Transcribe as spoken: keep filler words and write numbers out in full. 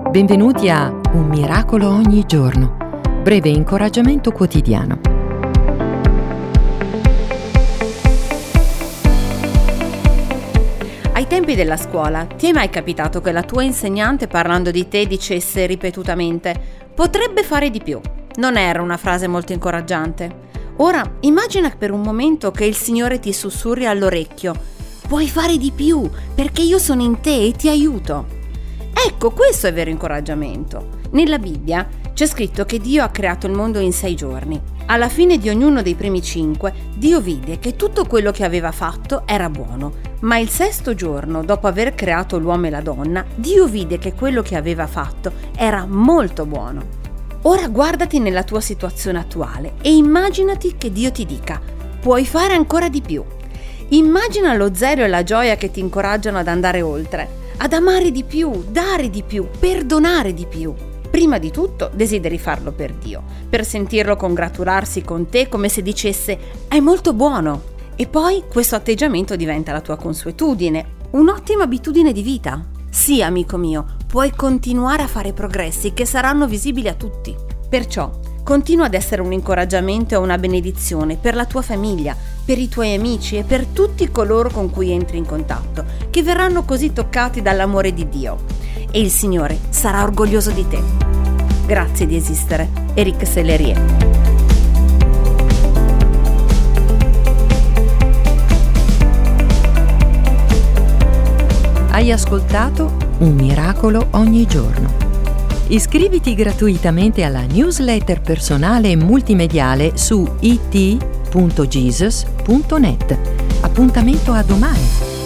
Benvenuti a Un miracolo ogni giorno, breve incoraggiamento quotidiano. Ai tempi della scuola, ti è mai capitato che la tua insegnante, parlando di te, dicesse ripetutamente «potrebbe fare di più»? Non era una frase molto incoraggiante. Ora, immagina per un momento che il Signore ti sussurri all'orecchio «puoi fare di più, perché io sono in te e ti aiuto». Ecco, questo è vero incoraggiamento. Nella Bibbia c'è scritto che Dio ha creato il mondo in sei giorni. Alla fine di ognuno dei primi cinque, Dio vide che tutto quello che aveva fatto era buono, ma il sesto giorno, dopo aver creato l'uomo e la donna, Dio vide che quello che aveva fatto era molto buono. Ora guardati nella tua situazione attuale e immaginati che Dio ti dica: puoi fare ancora di più. Immagina lo zelo e la gioia che ti incoraggiano ad andare oltre, ad amare di più, dare di più, perdonare di più. Prima di tutto desideri farlo per Dio, per sentirlo congratularsi con te come se dicesse «è molto buono». E poi questo atteggiamento diventa la tua consuetudine, un'ottima abitudine di vita. Sì, amico mio, puoi continuare a fare progressi che saranno visibili a tutti. Perciò continua ad essere un incoraggiamento e una benedizione per la tua famiglia, per i tuoi amici e per tutti coloro con cui entri in contatto, che verranno così toccati dall'amore di Dio. E il Signore sarà orgoglioso di te. Grazie di esistere. Eric Sellerier. Hai ascoltato Un miracolo ogni giorno. Iscriviti gratuitamente alla newsletter personale e multimediale su it punto jesus punto net. Appuntamento a domani.